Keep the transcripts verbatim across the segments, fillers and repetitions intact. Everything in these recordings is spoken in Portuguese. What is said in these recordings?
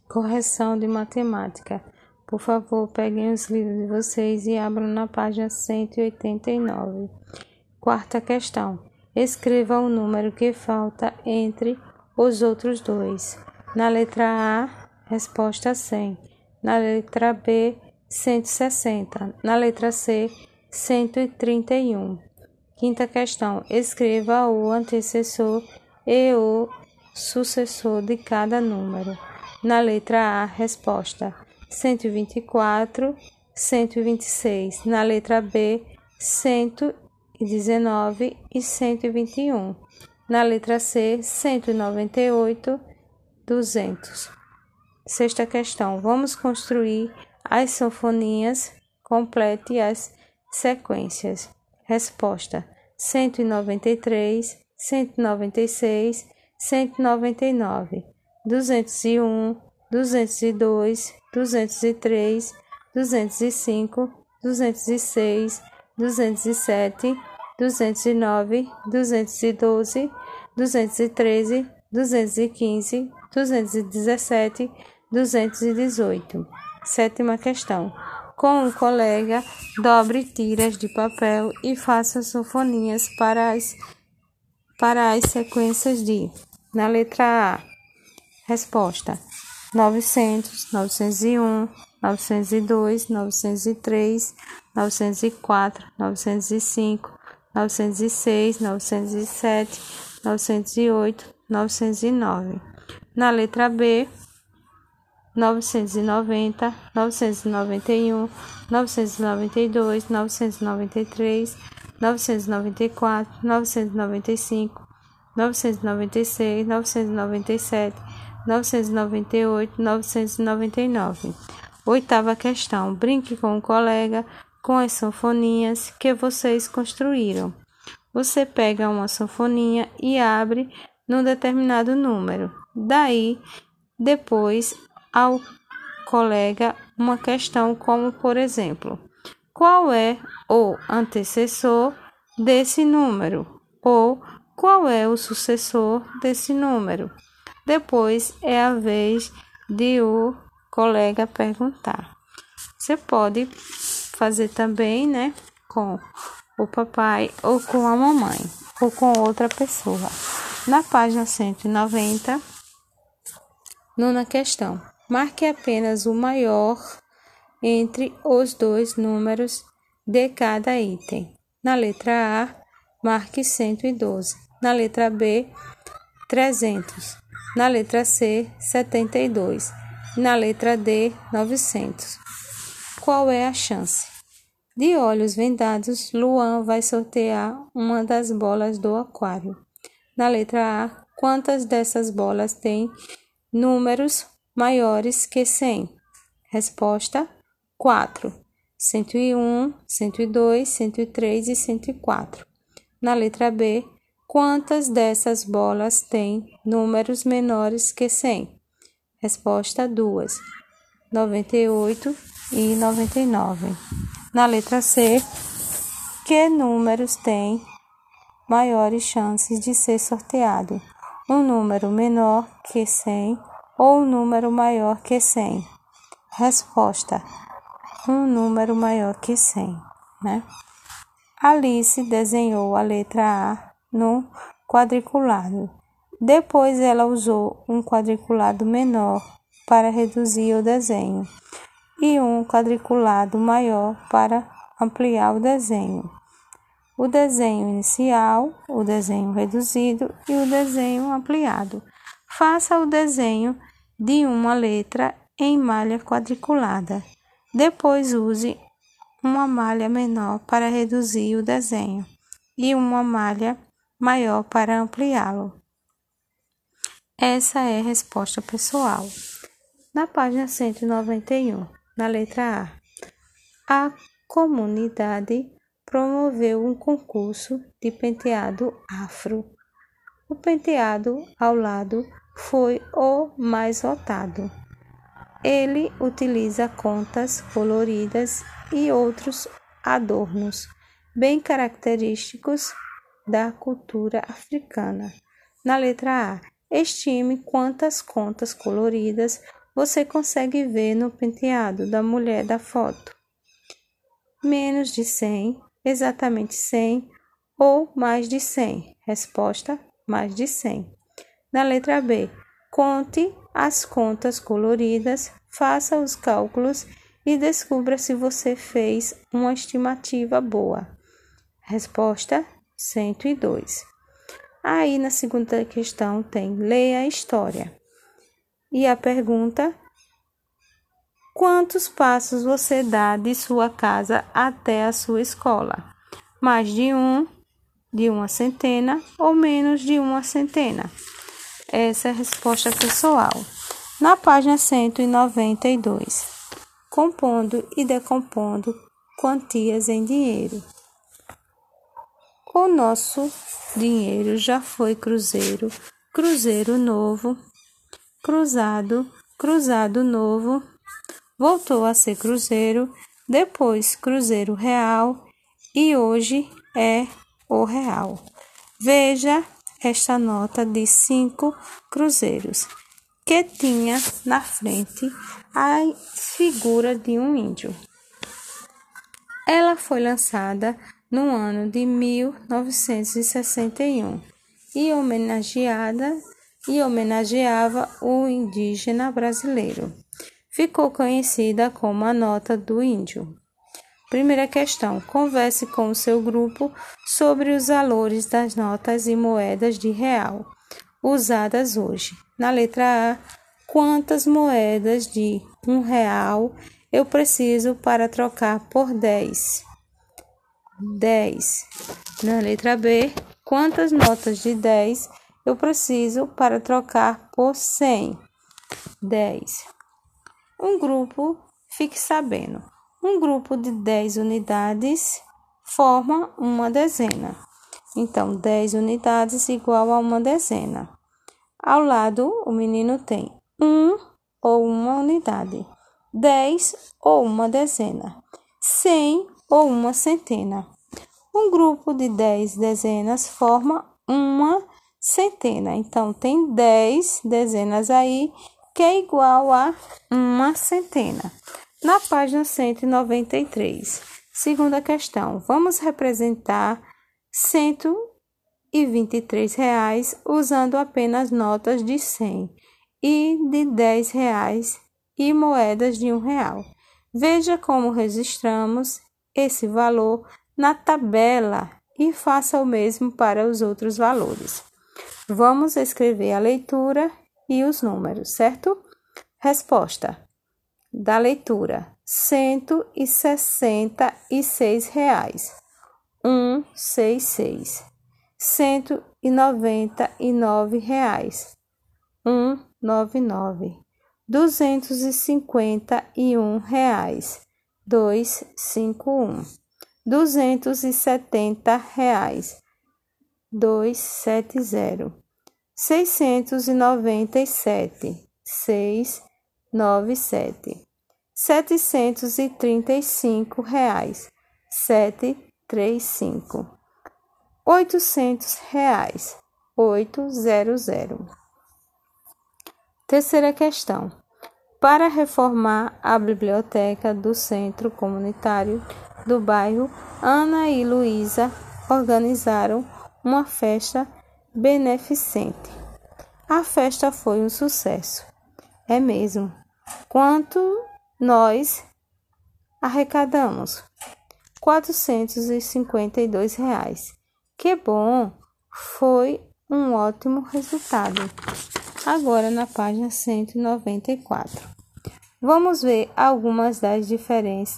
Correção de matemática. Por favor, peguem os livros de vocês e abram na página cento e oitenta e nove. Quarta questão. Escreva o número que falta entre os outros dois. Na letra A, resposta cem. Na letra B, cento e sessenta. Na letra C, cento e trinta e um. Quinta questão. Escreva o antecessor e o sucessor de cada número. Na letra A, resposta cento e vinte e quatro, cento e vinte e seis. Na letra B, cento e dezenove e cento e vinte e um. Na letra C, cento e noventa e oito, duzentos. Sexta questão. Vamos construir as sanfoninhas. Complete as sequências. Resposta: cento e noventa e três, cento e noventa e seis, cento e noventa e nove, duzentos e um, duzentos e dois, duzentos e três, duzentos e cinco, duzentos e seis, duzentos e sete, duzentos e nove, duzentos e doze, duzentos e treze, duzentos e quinze, duzentos e dezessete, duzentos e dezoito. Sétima questão. Com um colega, dobre tiras de papel e faça sanfoninhas para as, para as sequências de. Na letra A, resposta: novecentos, novecentos e um, novecentos e dois, novecentos e três, novecentos e quatro, novecentos e cinco, novecentos e seis, novecentos e sete, novecentos e oito, novecentos e nove. Na letra B, novecentos e noventa, novecentos e noventa e um, novecentos e noventa e dois, novecentos e noventa e três, novecentos e noventa e quatro, novecentos e noventa e cinco, novecentos e noventa e seis, novecentos e noventa e sete, novecentos e noventa e oito, novecentos e noventa e nove. Oitava questão. Brinque com o colega com as sanfoninhas que vocês construíram. Você pega uma sanfoninha e abre num determinado número. Daí, depois, ao colega uma questão como, por exemplo, qual é o antecessor desse número? Ou qual é o sucessor desse número? Depois é a vez de o colega perguntar. Você pode fazer também, né, com o papai ou com a mamãe ou com outra pessoa. Na página cento e noventa, nona questão. Marque apenas o maior entre os dois números de cada item. Na letra A, marque cento e doze. Na letra B, trezentos. Na letra C, setenta e dois. Na letra D, novecentos. Qual é a chance? De olhos vendados, Luan vai sortear uma das bolas do aquário. Na letra A, quantas dessas bolas têm números maiores que cem? Resposta: quatro. cento e um, cento e dois, cento e três e cento e quatro. Na letra B, quantas dessas bolas têm números menores que cem? Resposta: duas. noventa e oito e noventa e nove. Na letra C, que números têm maiores chances de ser sorteado? Um número menor que cem ou um número maior que cem? Resposta: um número maior que cem, né? Alice desenhou a letra A no quadriculado. Depois ela usou um quadriculado menor para reduzir o desenho e um quadriculado maior para ampliar o desenho. O desenho inicial, o desenho reduzido e o desenho ampliado. Faça o desenho de uma letra em malha quadriculada. Depois use uma malha menor para reduzir o desenho e uma malha maior para ampliá-lo. Essa é a resposta pessoal. Na página cento e noventa e um, na letra A, a comunidade promoveu um concurso de penteado afro. O penteado ao lado foi o mais votado. Ele utiliza contas coloridas e outros adornos bem característicos da cultura africana. Na letra A, estime quantas contas coloridas você consegue ver no penteado da mulher da foto? Menos de cem, exatamente cem ou mais de cem? Resposta: mais de cem. Na letra B, conte as contas coloridas, faça os cálculos e descubra se você fez uma estimativa boa. Resposta: cento e dois. Aí na segunda questão tem leia a história. E a pergunta: quantos passos você dá de sua casa até a sua escola? Mais de um, de uma centena ou menos de uma centena? Essa é a resposta pessoal. Na página cento e noventa e dois, compondo e decompondo quantias em dinheiro. O nosso dinheiro já foi cruzeiro, cruzeiro novo, cruzado, cruzado novo, voltou a ser cruzeiro, depois cruzeiro real e hoje é o real. Veja esta nota de cinco cruzeiros, que tinha na frente a figura de um índio. Ela foi lançada no ano de mil novecentos e sessenta e um e homenageada e homenageava o indígena brasileiro. Ficou conhecida como a nota do índio. Primeira questão: converse com o seu grupo sobre os valores das notas e moedas de real usadas hoje. Na letra A, quantas moedas de um real eu preciso para trocar por dez? dez. Na letra B, quantas notas de dez eu preciso para trocar por cem? dez. Um grupo, fique sabendo, um grupo de dez unidades forma uma dezena. Então, dez unidades igual a uma dezena. Ao lado, o menino tem um ou uma unidade, dez ou uma dezena, cem ou uma centena. Um grupo de dez dezenas forma uma centena. Então, tem dez dezenas aí, que é igual a uma centena. Na página cento e noventa e três, segunda questão, vamos representar cento e vinte e três reais usando apenas notas de cem e de dez reais e moedas de um real. Veja como registramos esse valor na tabela e faça o mesmo para os outros valores. Vamos escrever a leitura e os números, certo? Resposta da leitura: cento e sessenta e seis reais, um seis seis. Cento e noventa e nove reais, um nove nove. Duzentos e cinquenta e um reais, dois cinco um. Duzentos e setenta reais, dois sete zero. Seiscentos e noventa e sete, seis nove sete. Setecentos e trinta e cinco reais, sete três cinco. Oitocentos reais, oito zero zero. Terceira questão: para reformar a biblioteca do Centro Comunitário do bairro, Ana e Luísa organizaram uma festa beneficente. A festa foi um sucesso. É mesmo. Quanto nós arrecadamos? quatrocentos e cinquenta e dois reais. Que bom! Foi um ótimo resultado. Agora na página cento e noventa e quatro. Vamos ver algumas das diferentes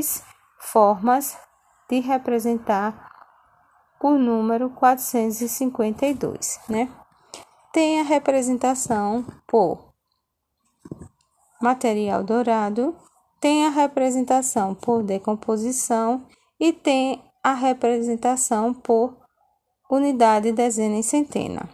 formas de representar o número quatrocentos e cinquenta e dois, né? Tem a representação por material dourado, tem a representação por decomposição e tem a representação por unidade, dezena e centena.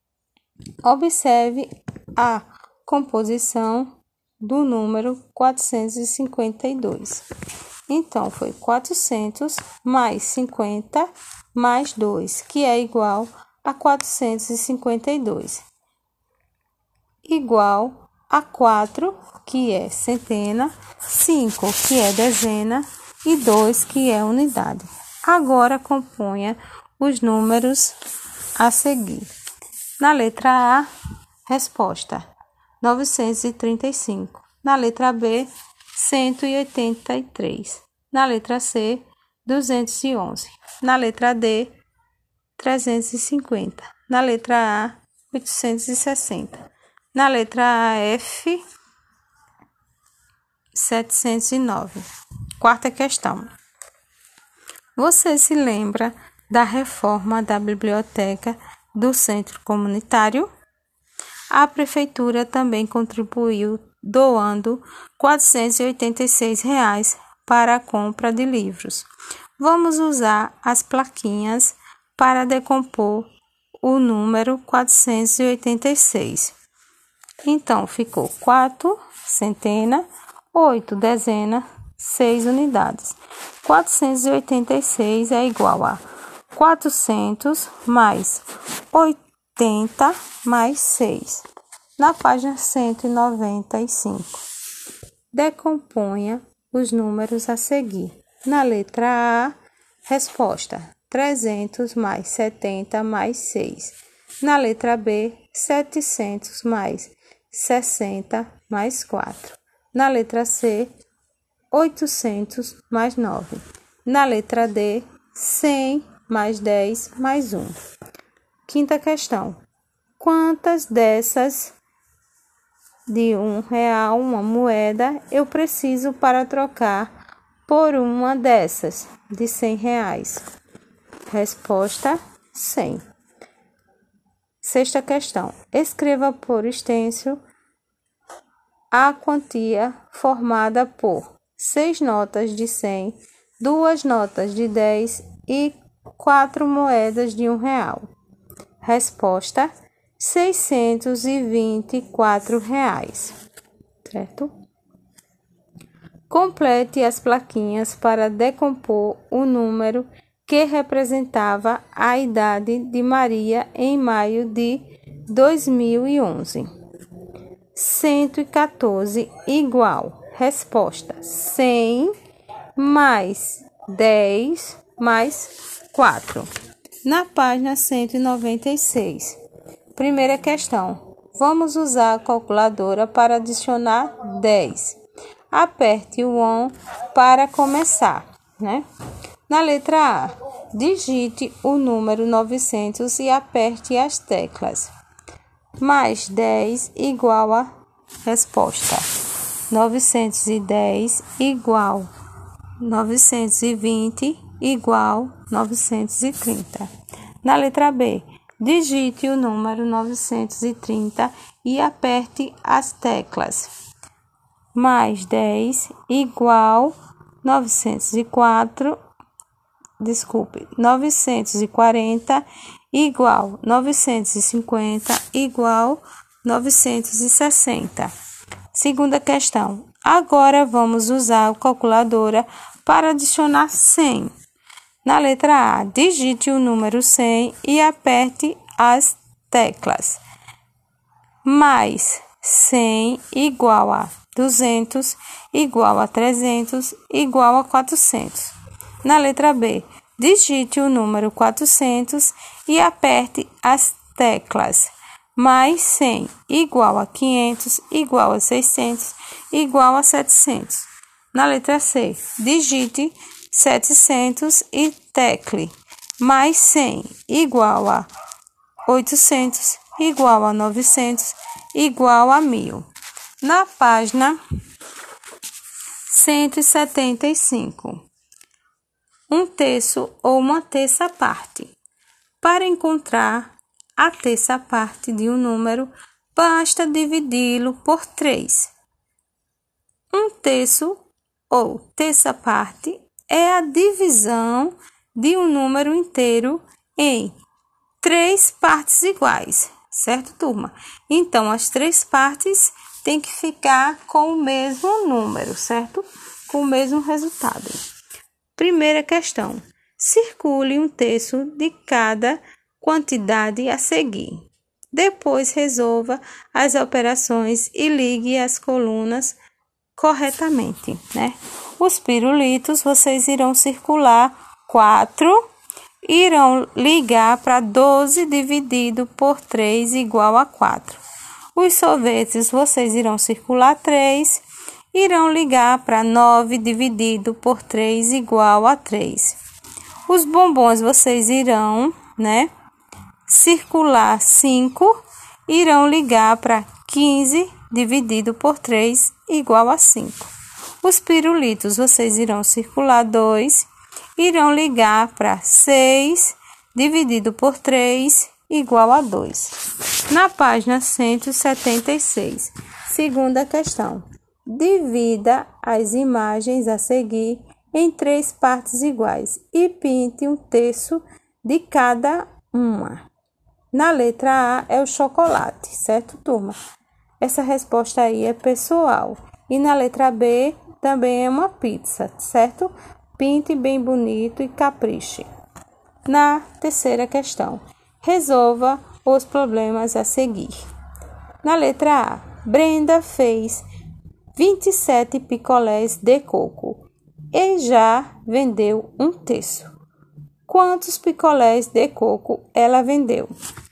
Observe a composição do número quatrocentos e cinquenta e dois. Então, foi quatrocentos mais cinquenta mais dois, que é igual a quatrocentos e cinquenta e dois. Igual a quatro, que é centena, cinco, que é dezena, e dois, que é unidade. Agora, componha os números a seguir. Na letra A, resposta novecentos e trinta e cinco. Na letra B, cento e oitenta e três. Na letra C, duzentos e onze. Na letra D, trezentos e cinquenta. Na letra A, oitocentos e sessenta. Na letra A, F, setecentos e nove. Quarta questão. Você se lembra da reforma da biblioteca do centro comunitário? A prefeitura também contribuiu doando quatrocentos e oitenta e seis reais para a compra de livros. Vamos usar as plaquinhas para decompor o número quatrocentos e oitenta e seis. Então, ficou quatro, centena, oito, dezena, seis unidades. quatrocentos e oitenta e seis é igual a quatrocentos mais oitenta mais seis. Na página cento e noventa e cinco. Decomponha os números a seguir. Na letra A, resposta trezentos mais setenta mais seis. Na letra B, setecentos mais sessenta mais quatro. Na letra C, oitocentos mais nove. Na letra D, cem mais dez mais um. Quinta questão. Quantas dessas de um real, uma moeda, eu preciso para trocar por uma dessas de cem reais? Resposta, cem. Sexta questão. Escreva por extenso a quantia formada por seis notas de cem, duas notas de dez e quatro moedas de um real. Resposta, seiscentos e vinte e quatro reais. Certo? Complete as plaquinhas para decompor o número que representava a idade de Maria em maio de dois mil e onze. cento e quatorze igual. Resposta, cem mais dez mais quatro. Na página cento e noventa e seis. Primeira questão. Vamos usar a calculadora para adicionar dez. Aperte o on para começar, né? Na letra A, digite o número novecentos e aperte as teclas. Mais dez igual a resposta. novecentos e dez igual novecentos e vinte igual novecentos e trinta. Na letra B, digite o número novecentos e trinta e aperte as teclas. Mais dez igual novecentos e quatro, desculpe, novecentos e quarenta igual novecentos e cinquenta igual novecentos e sessenta. Segunda questão. Agora vamos usar a calculadora para adicionar cem. Na letra A, digite o número cem e aperte as teclas. Mais cem igual a duzentos, igual a trezentos, igual a quatrocentos. Na letra B, digite o número quatrocentos e aperte as teclas. Mais cem igual a quinhentos, igual a seiscentos, igual a setecentos. Na letra C, digite setecentos e tecle. Mais cem igual a oitocentos, igual a novecentos, igual a mil. Na página cento e setenta e cinco. Um terço ou uma terça parte. Para encontrar a terça parte de um número, basta dividi-lo por três. Um terço ou terça parte é a divisão de um número inteiro em três partes iguais, certo, turma? Então, as três partes têm que ficar com o mesmo número, certo? Com o mesmo resultado. Primeira questão. Circule um terço de cada quantidade a seguir. Depois, resolva as operações e ligue as colunas corretamente, né? Os pirulitos, vocês irão circular quatro, irão ligar para doze dividido por três igual a quatro. Os sorvetes, vocês irão circular três, irão ligar para nove dividido por três igual a três. Os bombons, vocês irão, né, circular cinco, irão ligar para quinze dividido por três igual a cinco. Os pirulitos, vocês irão circular dois, irão ligar para seis dividido por três igual a dois. Na página cento e setenta e seis, segunda questão. Divida as imagens a seguir em três partes iguais e pinte um terço de cada uma. Na letra A é o chocolate, certo, turma? Essa resposta aí é pessoal. E na letra B também é uma pizza, certo? Pinte bem bonito e capriche. Na terceira questão, resolva os problemas a seguir. Na letra A, Brenda fez vinte e sete picolés de coco e já vendeu um terço. Quantos picolés de coco ela vendeu?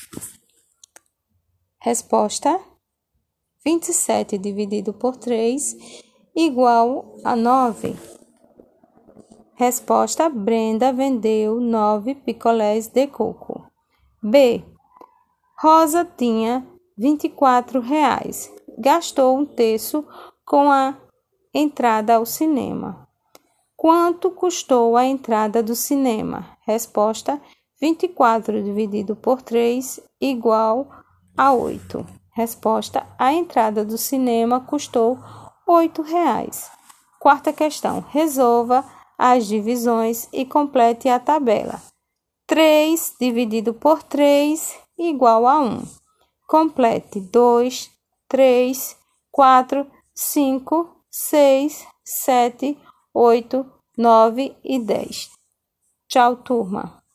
Resposta: vinte e sete dividido por três igual a nove. Resposta: Brenda vendeu nove picolés de coco. B. Rosa tinha vinte e quatro reais. Gastou um terço com a entrada ao cinema. Quanto custou a entrada do cinema? Resposta: vinte e quatro dividido por três igual a oito. Resposta: a entrada do cinema custou oito reais. Quarta questão. Resolva as divisões e complete a tabela. três dividido por três igual a um. Complete dois, três, quatro, cinco, seis, sete, oito, nove e dez. Tchau, turma.